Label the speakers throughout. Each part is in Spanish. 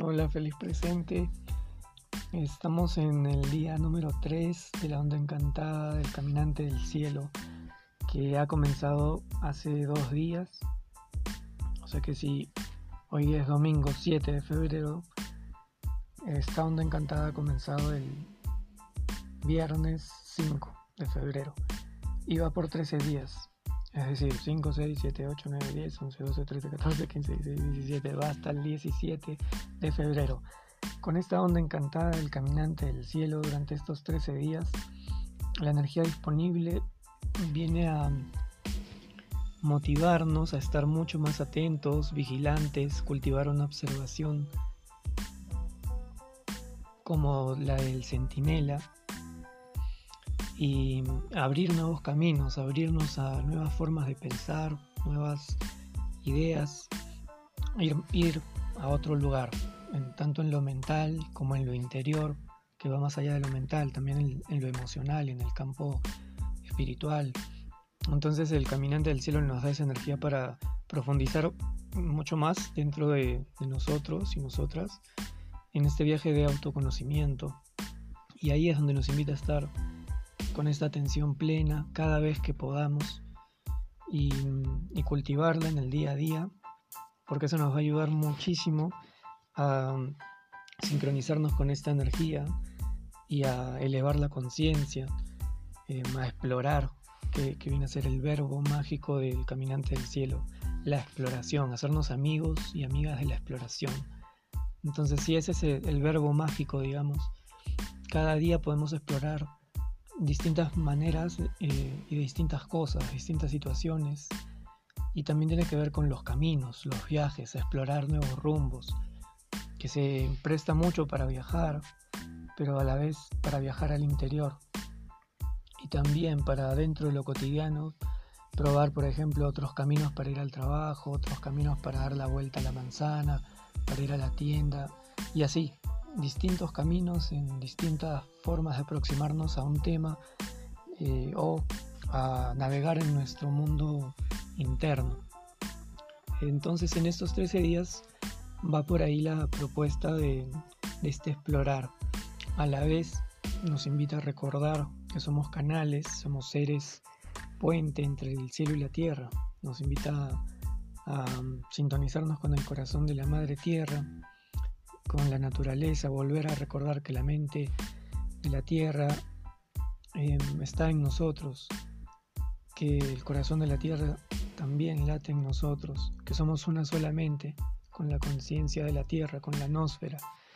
Speaker 1: Hola, feliz presente. Estamos en el día número 3 de la onda encantada del caminante del cielo, que ha comenzado hace 2 días. O sea que si hoy es domingo 7 de febrero, esta onda encantada ha comenzado el viernes 5 de febrero y va por 13 días. Es decir, 5, 6, 7, 8, 9, 10, 11, 12, 13, 14, 15, 16, 17, va hasta el 17 de febrero. Con esta onda encantada del caminante del cielo durante estos 13 días, la energía disponible viene a motivarnos a estar mucho más atentos, vigilantes, cultivar una observación como la del centinela y abrir nuevos caminos, abrirnos a nuevas formas de pensar, nuevas ideas, ir a otro lugar, tanto en lo mental como en lo interior, que va más allá de lo mental, también en lo emocional, en el campo espiritual. Entonces el caminante del cielo nos da esa energía para profundizar mucho más dentro de nosotros y nosotras en este viaje de autoconocimiento, y ahí es donde nos invita a estar con esta atención plena cada vez que podamos y cultivarla en el día a día, porque eso nos va a ayudar muchísimo a sincronizarnos con esta energía y a elevar la conciencia, a explorar, que viene a ser el verbo mágico del caminante del cielo, la exploración, hacernos amigos y amigas de la exploración. Entonces, si ese es el verbo mágico, digamos, cada día podemos explorar distintas maneras y distintas cosas, distintas situaciones, y también tiene que ver con los caminos, los viajes, a explorar nuevos rumbos, que se presta mucho para viajar, pero a la vez para viajar al interior, y también para dentro de lo cotidiano probar, por ejemplo, otros caminos para ir al trabajo, otros caminos para dar la vuelta a la manzana, para ir a la tienda, y así, distintos caminos en distintas formas de aproximarnos a un tema o a navegar en nuestro mundo interno. Entonces, en estos 13 días va por ahí la propuesta de este explorar. A la vez nos invita a recordar que somos canales, somos seres puente entre el cielo y la tierra. Nos invita a sintonizarnos con el corazón de la madre tierra, con la naturaleza, volver a recordar que la mente de la tierra está en nosotros, que el corazón de la tierra también late en nosotros, que somos una sola mente con la conciencia de la tierra, con la nosfera.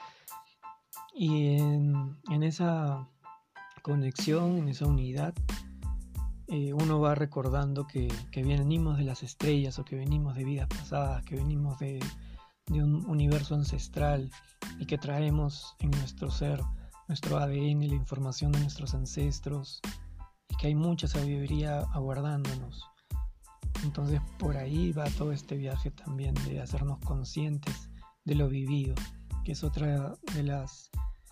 Speaker 1: Y en esa conexión, en esa unidad, uno va recordando que venimos de las estrellas, o que venimos de vidas pasadas, que venimos de un universo ancestral, y que traemos en nuestro ser, nuestro ADN, la información de nuestros ancestros, y que hay mucha sabiduría aguardándonos. Entonces por ahí va todo este viaje también, de hacernos conscientes de lo vivido, que es otra de las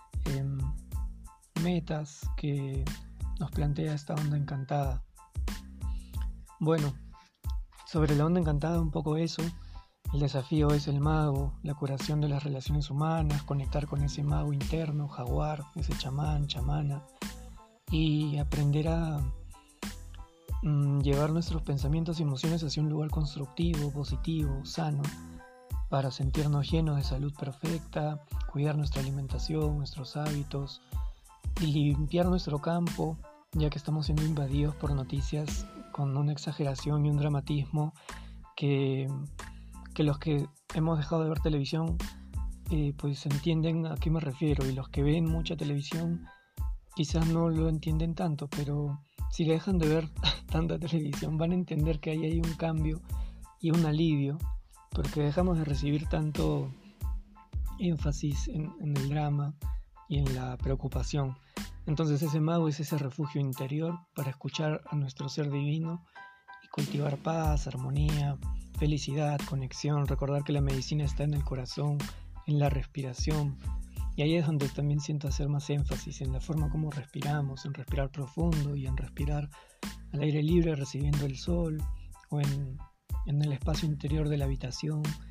Speaker 1: metas que nos plantea esta onda encantada. Bueno, sobre la onda encantada un poco eso. El desafío es el mago, la curación de las relaciones humanas, conectar con ese mago interno, jaguar, ese chamán, chamana, y aprender a llevar nuestros pensamientos y emociones hacia un lugar constructivo, positivo, sano, para sentirnos llenos de salud perfecta, cuidar nuestra alimentación, nuestros hábitos y limpiar nuestro campo, ya que estamos siendo invadidos por noticias con una exageración y un dramatismo que los que hemos dejado de ver televisión pues entienden a qué me refiero, y los que ven mucha televisión quizás no lo entienden tanto, pero si dejan de ver tanta televisión van a entender que ahí hay un cambio y un alivio, porque dejamos de recibir tanto énfasis en el drama y en la preocupación. Entonces ese mago es ese refugio interior para escuchar a nuestro ser divino y cultivar paz, armonía, felicidad, conexión, recordar que la medicina está en el corazón, en la respiración. Y ahí es donde también siento hacer más énfasis en la forma como respiramos, en respirar profundo y en respirar al aire libre recibiendo el sol, o en el espacio interior de la habitación,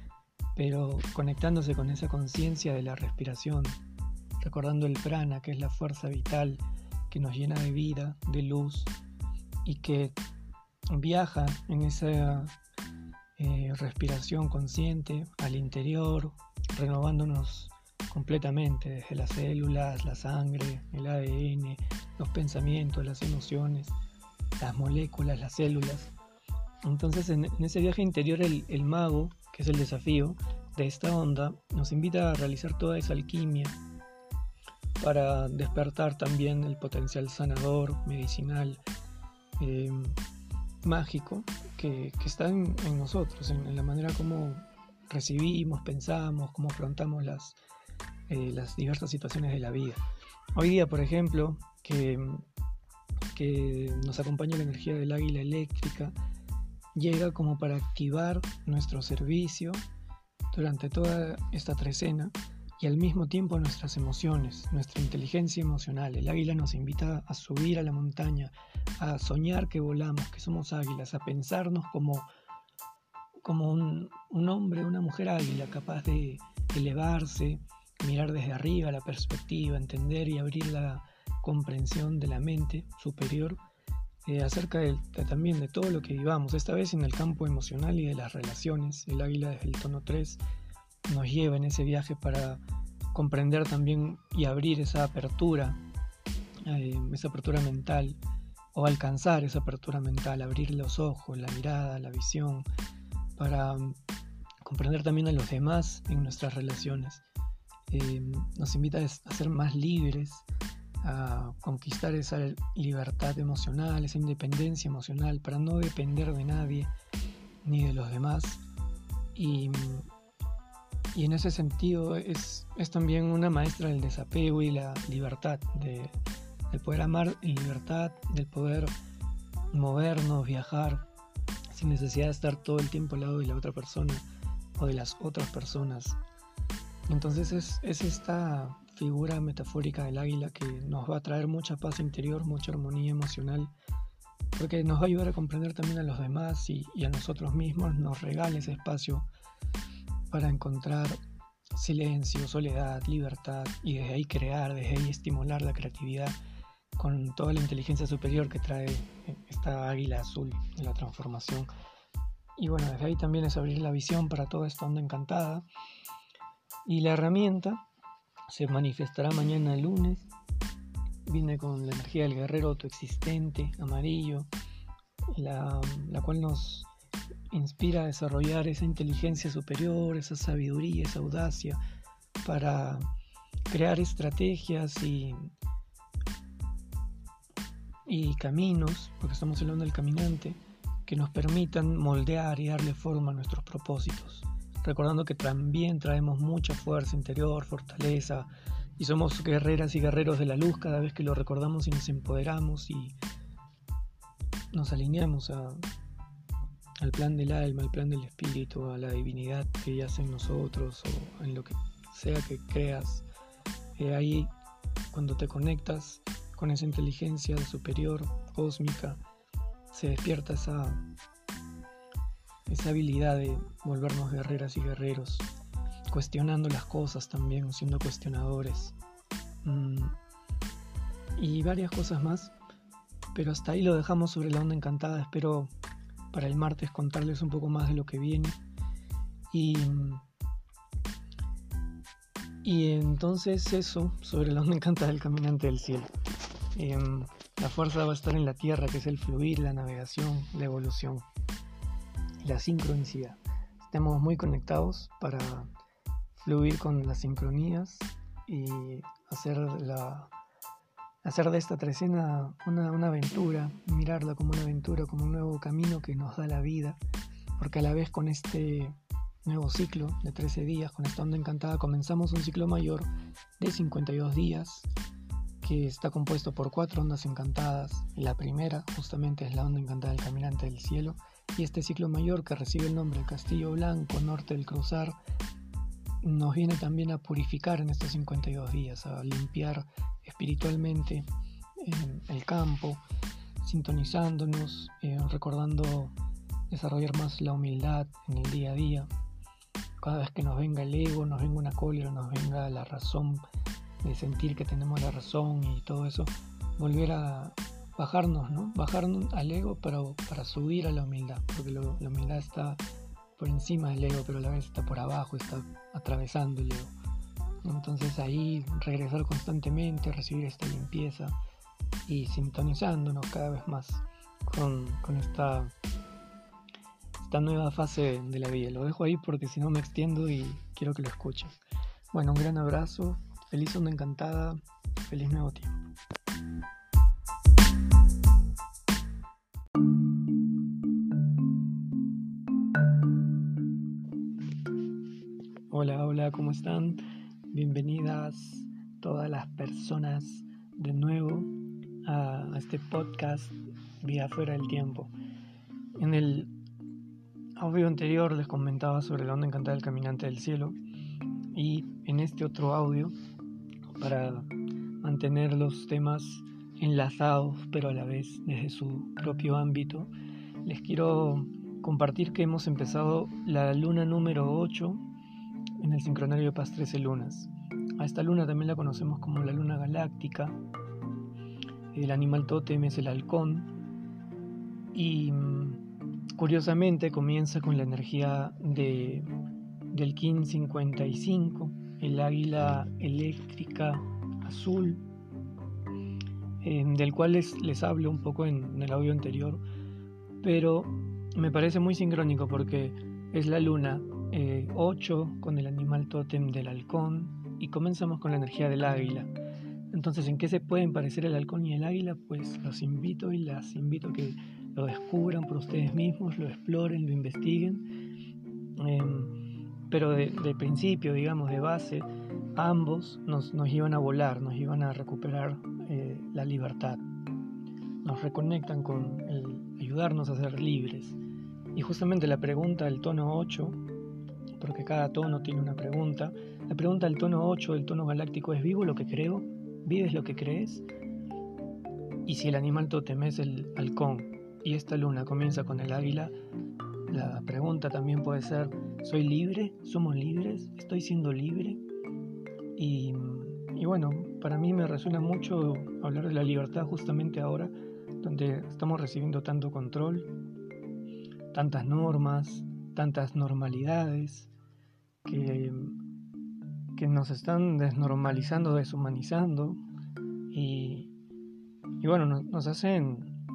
Speaker 1: pero conectándose con esa conciencia de la respiración, recordando el prana, que es la fuerza vital que nos llena de vida, de luz, y que viaja en esa respiración consciente al interior, renovándonos completamente desde las células, la sangre, el ADN, los pensamientos, las emociones, las moléculas, las células. Entonces en ese viaje interior el mago, que es el desafío de esta onda, nos invita a realizar toda esa alquimia para despertar también el potencial sanador, medicinal, mágico que está en nosotros, en la manera como recibimos, pensamos, cómo afrontamos las diversas situaciones de la vida. Hoy día, por ejemplo, que nos acompaña la energía del águila eléctrica, llega como para activar nuestro servicio durante toda esta trecena y al mismo tiempo nuestras emociones, nuestra inteligencia emocional. El águila nos invita a subir a la montaña, a soñar que volamos, que somos águilas, a pensarnos como un hombre, una mujer águila, capaz de elevarse, mirar desde arriba la perspectiva, entender y abrir la comprensión de la mente superior acerca también de todo lo que vivamos, esta vez en el campo emocional y de las relaciones. El águila desde el tono 3 nos lleva en ese viaje para comprender también y abrir esa apertura mental, o alcanzar esa apertura mental, abrir los ojos, la mirada, la visión, para comprender también a los demás en nuestras relaciones. Nos invita a ser más libres, a conquistar esa libertad emocional, esa independencia emocional, para no depender de nadie ni de los demás. Y en ese sentido es también una maestra del desapego y la libertad, del poder amar en libertad, del poder movernos, viajar, sin necesidad de estar todo el tiempo al lado de la otra persona o de las otras personas. Entonces es esta figura metafórica del águila que nos va a traer mucha paz interior, mucha armonía emocional, porque nos va a ayudar a comprender también a los demás y a nosotros mismos. Nos regala ese espacio para encontrar silencio, soledad, libertad, y desde ahí crear, desde ahí estimular la creatividad con toda la inteligencia superior que trae esta águila azul de la transformación. Y bueno, desde ahí también es abrir la visión para toda esta onda encantada. Y la herramienta se manifestará mañana lunes. Viene con la energía del guerrero autoexistente, amarillo, la cual nos inspira a desarrollar esa inteligencia superior, esa sabiduría, esa audacia para crear estrategias y caminos, porque estamos hablando del caminante, que nos permitan moldear y darle forma a nuestros propósitos, recordando que también traemos mucha fuerza interior, fortaleza, y somos guerreras y guerreros de la luz cada vez que lo recordamos y nos empoderamos y nos alineamos al plan del alma, al plan del espíritu, a la divinidad que yace en nosotros o en lo que sea que creas. Ahí, cuando te conectas con esa inteligencia superior, cósmica, se despierta esa habilidad de volvernos guerreras y guerreros, cuestionando las cosas también, siendo cuestionadores, y varias cosas más. Pero hasta ahí lo dejamos sobre la onda encantada. Espero para el martes contarles un poco más de lo que viene. Y entonces eso sobre la onda encantada del caminante del cielo. La fuerza va a estar en la tierra, que es el fluir, la navegación, la evolución y la sincronicidad. Estemos muy conectados para fluir con las sincronías y hacer de esta trecena una aventura, mirarla como una aventura, como un nuevo camino que nos da la vida, porque a la vez con este nuevo ciclo de 13 días, con esta onda encantada, comenzamos un ciclo mayor de 52 días que está compuesto por 4 ondas encantadas. La primera justamente es la onda encantada del caminante del cielo, y este ciclo mayor, que recibe el nombre de Castillo Blanco, norte del cruzar, nos viene también a purificar en estos 52 días, a limpiar espiritualmente el campo, sintonizándonos, recordando desarrollar más la humildad en el día a día, cada vez que nos venga el ego, nos venga una cólera, nos venga la razón de sentir que tenemos la razón y todo eso, volver a bajarnos, ¿no? Bajarnos al ego para subir a la humildad, porque la humildad está por encima del ego, pero a la vez está por abajo, está atravesando el ego. Entonces ahí regresar constantemente, recibir esta limpieza y sintonizándonos cada vez más con esta nueva fase de la vida. Lo dejo ahí porque si no me extiendo y quiero que lo escuchen. Bueno, un gran abrazo, feliz onda encantada, feliz nuevo tiempo. Hola, ¿cómo están? Bienvenidas todas las personas de nuevo a este podcast Vida Fuera del Tiempo. En el audio anterior les comentaba sobre la onda encantada del caminante del cielo, y en este otro audio, para mantener los temas enlazados pero a la vez desde su propio ámbito, les quiero compartir que hemos empezado la luna número 8 en el sincronario de Paz 13 lunas. A esta luna también la conocemos como la luna galáctica. El animal tótem es el halcón y curiosamente comienza con la energía del Kin 55, el águila eléctrica azul, del cual les hablo un poco en el audio anterior, pero me parece muy sincrónico porque es la luna 8 con el animal tótem del halcón y comenzamos con la energía del águila. Entonces, ¿en qué se pueden parecer el halcón y el águila? Pues los invito y las invito a que lo descubran por ustedes mismos, lo exploren, lo investiguen. Pero de principio, digamos, de base, ambos nos llevan a volar, nos llevan a recuperar la libertad. Nos reconectan con el ayudarnos a ser libres. Y justamente la pregunta del tono 8, porque cada tono tiene una pregunta, la pregunta del tono 8, del tono galáctico, es: ¿vivo lo que creo? ¿Vives lo que crees? Y si el animal tótem es el halcón y esta luna comienza con el águila, la pregunta también puede ser: ¿soy libre? ¿Somos libres? ¿Estoy siendo libre? Y bueno, para mí me resuena mucho hablar de la libertad justamente ahora, donde estamos recibiendo tanto control, tantas normas, tantas normalidades que nos están desnormalizando, deshumanizando y bueno, nos hacen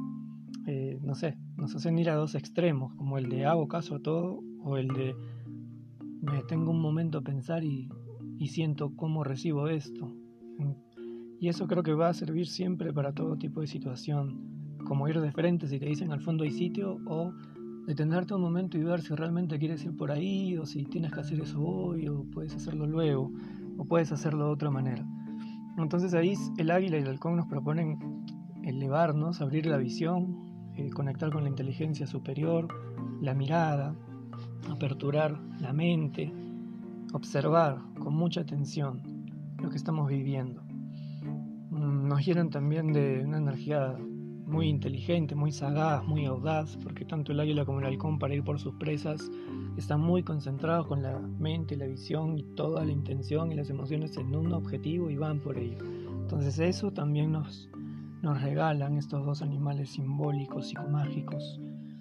Speaker 1: nos hacen ir a dos extremos, como el de hago caso a todo o el de me tengo un momento a pensar y siento cómo recibo esto. Y eso creo que va a servir siempre para todo tipo de situación, como ir de frente si te dicen al fondo hay sitio, o detenerte un momento y ver si realmente quieres ir por ahí, o si tienes que hacer eso hoy, o puedes hacerlo luego, o puedes hacerlo de otra manera. Entonces ahí el águila y el halcón nos proponen elevarnos, abrir la visión, conectar con la inteligencia superior, la mirada, aperturar la mente, observar con mucha atención lo que estamos viviendo. Nos llenan también de una energía muy inteligente, muy sagaz, muy audaz, porque tanto el águila como el halcón, para ir por sus presas, están muy concentrados con la mente, la visión y toda la intención y las emociones en un objetivo y van por ello. Entonces eso también nos regalan estos dos animales simbólicos, psicomágicos.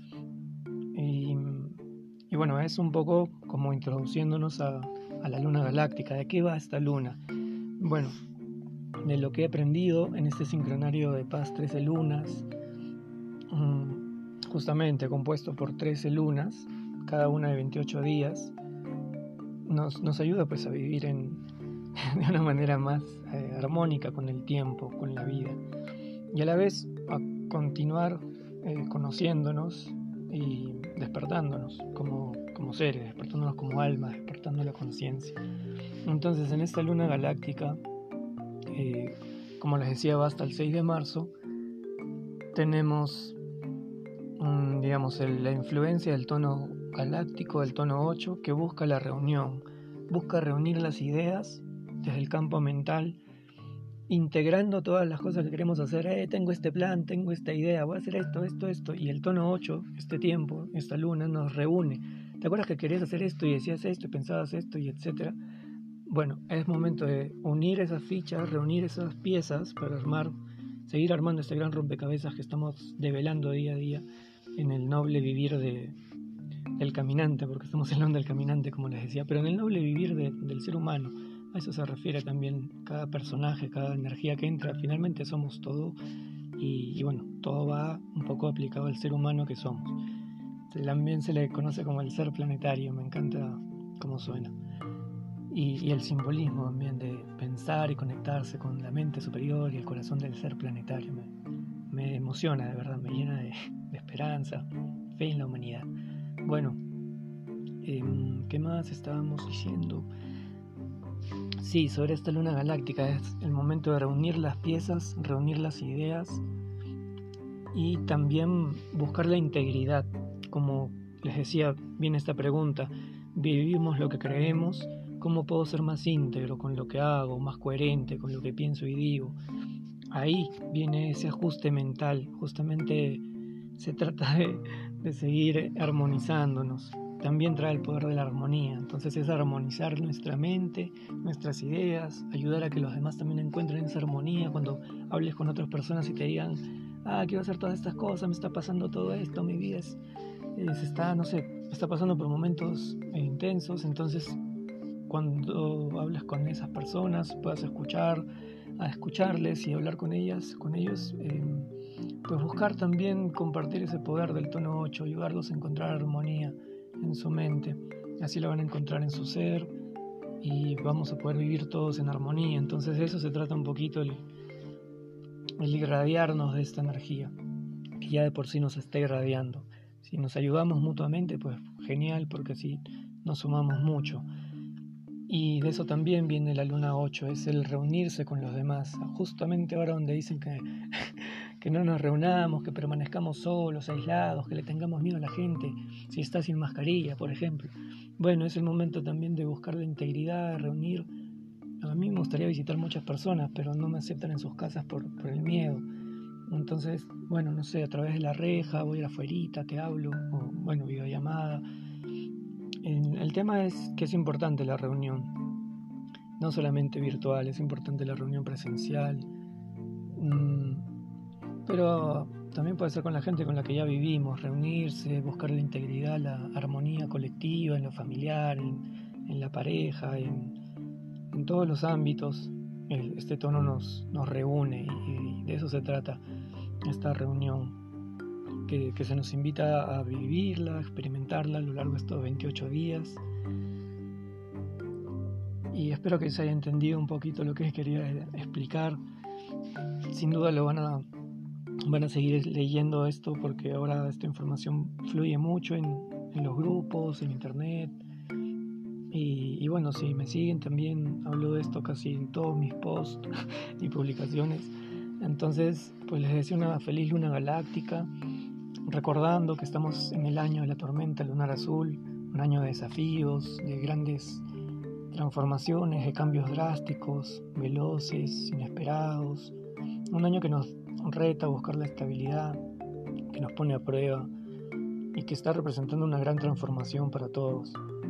Speaker 1: Y bueno, es un poco como introduciéndonos a la luna galáctica. ¿De qué va esta luna? Bueno, de lo que he aprendido en este sincronario de Paz 13 lunas, justamente compuesto por 13 lunas, cada una de 28 días, nos ayuda pues a vivir de una manera más armónica con el tiempo, con la vida, y a la vez a continuar conociéndonos y despertándonos como seres, despertándonos como almas, despertando la conciencia. Entonces, en esta luna galáctica, como les decía, va hasta el 6 de marzo, tenemos la influencia del tono galáctico, del tono 8, que busca la reunión, busca reunir las ideas desde el campo mental, integrando todas las cosas que queremos hacer. Tengo este plan, tengo esta idea, voy a hacer esto, y el tono 8, este tiempo, esta luna, nos reúne, ¿te acuerdas que querías hacer esto y decías esto y pensabas esto y etcétera? Bueno, es momento de unir esas fichas, reunir esas piezas para seguir armando este gran rompecabezas que estamos develando día a día en el noble vivir del caminante, porque estamos hablando del caminante, como les decía, pero en el noble vivir del ser humano. A eso se refiere también cada personaje, cada energía que entra. Finalmente somos todo y bueno, todo va un poco aplicado al ser humano que somos. También se le conoce como el ser planetario, me encanta cómo suena. Y el simbolismo también de pensar y conectarse con la mente superior y el corazón del ser planetario. Me emociona, de verdad, me llena de esperanza, fe en la humanidad. Bueno, ¿qué más estábamos diciendo? Sí, sobre esta luna galáctica es el momento de reunir las piezas, reunir las ideas y también buscar la integridad. Como les decía, viene esta pregunta: ¿vivimos lo que creemos? ¿Cómo puedo ser más íntegro con lo que hago, más coherente con lo que pienso y digo? Ahí viene ese ajuste mental. Justamente se trata de seguir armonizándonos. También trae el poder de la armonía. Entonces es armonizar nuestra mente, nuestras ideas, ayudar a que los demás también encuentren esa armonía cuando hables con otras personas y te digan: quiero hacer todas estas cosas, me está pasando todo esto, mi vida está pasando por momentos intensos. Entonces, cuando hables con esas personas, puedas escucharles y hablar con ellos, pues buscar también compartir ese poder del tono 8, ayudarlos a encontrar armonía en su mente. Así la van a encontrar en su ser y vamos a poder vivir todos en armonía. Entonces de eso se trata un poquito el irradiarnos de esta energía que ya de por sí nos está irradiando. Si nos ayudamos mutuamente, pues genial, porque así nos sumamos mucho. Y de eso también viene la luna 8, es el reunirse con los demás. Justamente ahora donde dicen que no nos reunamos, que permanezcamos solos, aislados, que le tengamos miedo a la gente si está sin mascarilla, por ejemplo. Bueno, es el momento también de buscar la integridad, de reunir. A mí me gustaría visitar muchas personas, pero no me aceptan en sus casas por el miedo. Entonces, bueno, no sé, a través de la reja, voy a ir afuerita, te hablo, o bueno, videollamada. El tema es que es importante la reunión, no solamente virtual, es importante la reunión presencial, pero también puede ser con la gente con la que ya vivimos, reunirse, buscar la integridad, la armonía colectiva, en lo familiar, en la pareja, en todos los ámbitos. Este tono nos reúne y de eso se trata esta reunión. Que se nos invita a vivirla, a experimentarla a lo largo de estos 28 días. Y espero que se haya entendido un poquito lo que quería explicar. Sin duda lo van a seguir leyendo esto, porque ahora esta información fluye mucho en los grupos, en internet. Y bueno, si me siguen también hablo de esto casi en todos mis posts y publicaciones. Entonces, pues les deseo una feliz luna galáctica, recordando que estamos en el año de la tormenta lunar azul, un año de desafíos, de grandes transformaciones, de cambios drásticos, veloces, inesperados, un año que nos reta a buscar la estabilidad, que nos pone a prueba y que está representando una gran transformación para todos.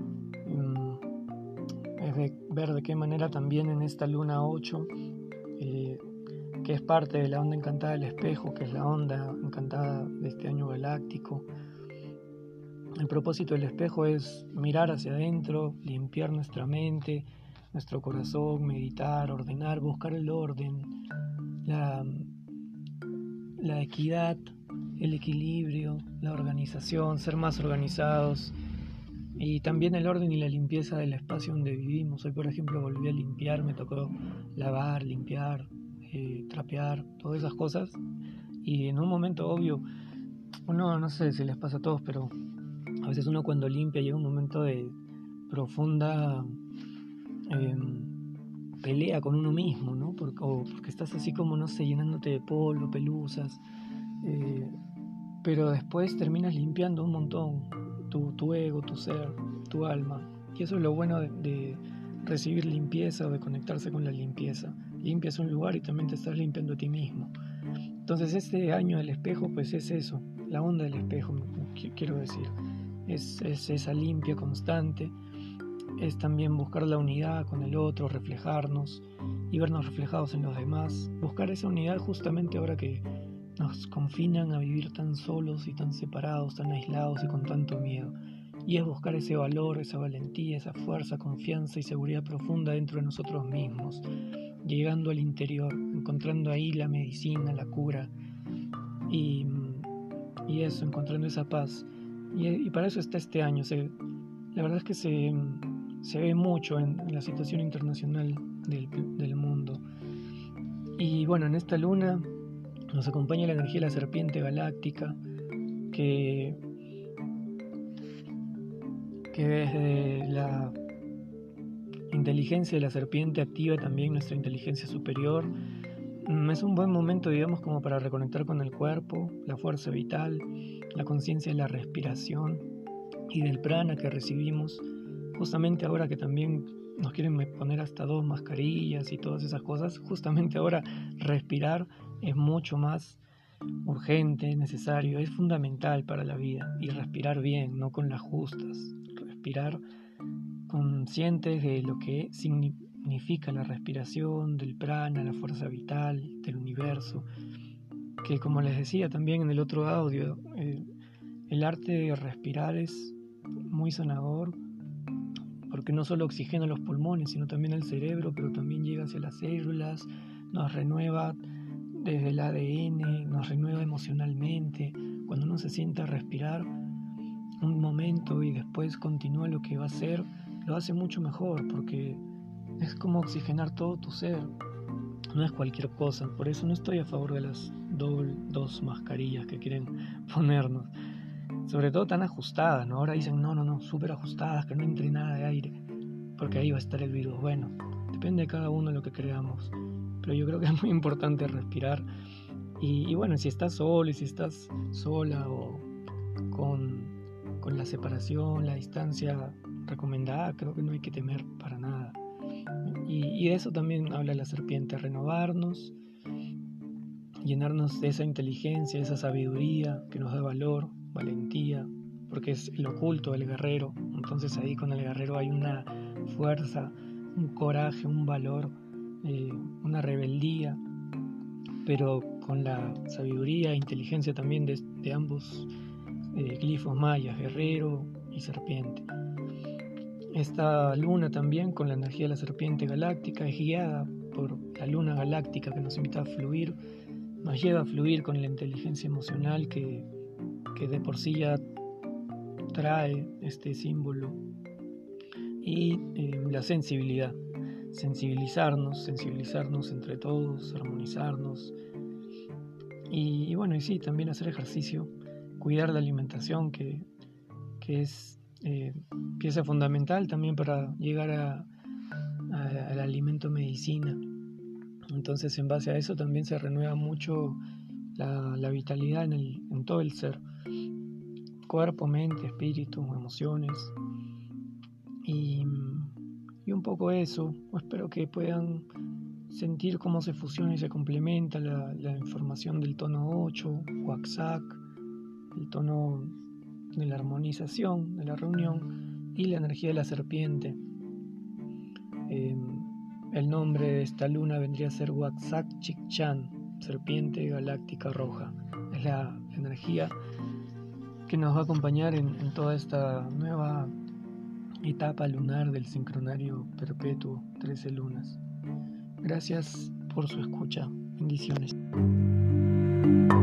Speaker 1: Es de ver de qué manera también en esta luna 8, que es parte de la onda encantada del espejo, que es la onda encantada de este año galáctico. El propósito del espejo es mirar hacia adentro, limpiar nuestra mente, nuestro corazón, meditar, ordenar, buscar el orden, la equidad, el equilibrio, la organización, ser más organizados, y también el orden y la limpieza del espacio donde vivimos. Hoy, por ejemplo, volví a limpiar, me tocó lavar, limpiar, trapear, todas esas cosas. Y en un momento, obvio, uno, no sé si les pasa a todos, pero a veces uno cuando limpia llega un momento de profunda pelea con uno mismo, ¿no? Porque estás así como, no sé, llenándote de polvo, pelusas, pero después terminas limpiando un montón tu ego, tu ser, tu alma. Y eso es lo bueno de recibir limpieza o de conectarse con la limpieza. Limpias un lugar y también te estás limpiando a ti mismo. Entonces este año del espejo pues es eso, la onda del espejo, quiero decir. es esa limpia constante, es también buscar la unidad con el otro, reflejarnos y vernos reflejados en los demás, buscar esa unidad justamente ahora que nos confinan a vivir tan solos y tan separados, tan aislados y con tanto miedo. Y es buscar ese valor, esa valentía, esa fuerza, confianza y seguridad profunda dentro de nosotros mismos, llegando al interior, encontrando ahí la medicina, la cura y eso, encontrando esa paz. Y para eso está este año. La verdad es que se ve mucho en la situación internacional del mundo. Y bueno, en esta luna nos acompaña la energía de la serpiente galáctica, que desde la inteligencia de la serpiente activa también nuestra inteligencia superior. Es un buen momento, digamos, como para reconectar con el cuerpo, la fuerza vital, la conciencia de la respiración y del prana que recibimos. Justamente ahora que también nos quieren poner hasta 2 mascarillas y todas esas cosas, justamente ahora respirar es mucho más urgente, necesario, es fundamental para la vida. Y respirar bien, no con las justas. Respirar conscientes de lo que significa la respiración, del prana, la fuerza vital, del universo. Que como les decía también en el otro audio, el arte de respirar es muy sanador, porque no solo oxigena los pulmones, sino también el cerebro, pero también llega hacia las células, nos renueva desde el ADN, nos renueva emocionalmente. Cuando uno se sienta a respirar un momento y después continúa lo que va a hacer, lo hace mucho mejor, porque es como oxigenar todo tu ser, no es cualquier cosa. Por eso no estoy a favor de las 2 mascarillas que quieren ponernos, sobre todo tan ajustadas, ¿no? Ahora dicen no, súper ajustadas, que no entre nada de aire, porque ahí va a estar el virus. Bueno, depende de cada uno lo que creamos, pero yo creo que es muy importante respirar. Y bueno, si estás solo y si estás sola o con la separación, la distancia recomendada, creo que no hay que temer para nada. Y de eso también habla la serpiente, renovarnos, llenarnos de esa inteligencia, esa sabiduría que nos da valor, valentía, porque es el oculto del guerrero. Entonces ahí con el guerrero hay una fuerza, un coraje, un valor, una rebeldía, pero con la sabiduría e inteligencia también de ambos glifos mayas, guerrero y serpiente. Esta luna también, con la energía de la serpiente galáctica, es guiada por la luna galáctica que nos invita a fluir, nos lleva a fluir con la inteligencia emocional que de por sí ya trae este símbolo, y la sensibilidad, sensibilizarnos entre todos, armonizarnos y bueno, y sí, también hacer ejercicio, cuidar la alimentación que es pieza fundamental también para llegar al alimento medicina. Entonces en base a eso también se renueva mucho la vitalidad en todo el ser, cuerpo, mente, espíritu, emociones y un poco eso. Espero que puedan sentir cómo se fusiona y se complementa la información del tono 8, Huaxac, el tono de la armonización, de la reunión, y la energía de la serpiente. El nombre de esta luna vendría a ser Huaxac Chicchan, serpiente galáctica roja. Es la energía que nos va a acompañar en toda esta nueva etapa lunar del sincronario perpetuo 13 lunas. Gracias por su escucha. Bendiciones.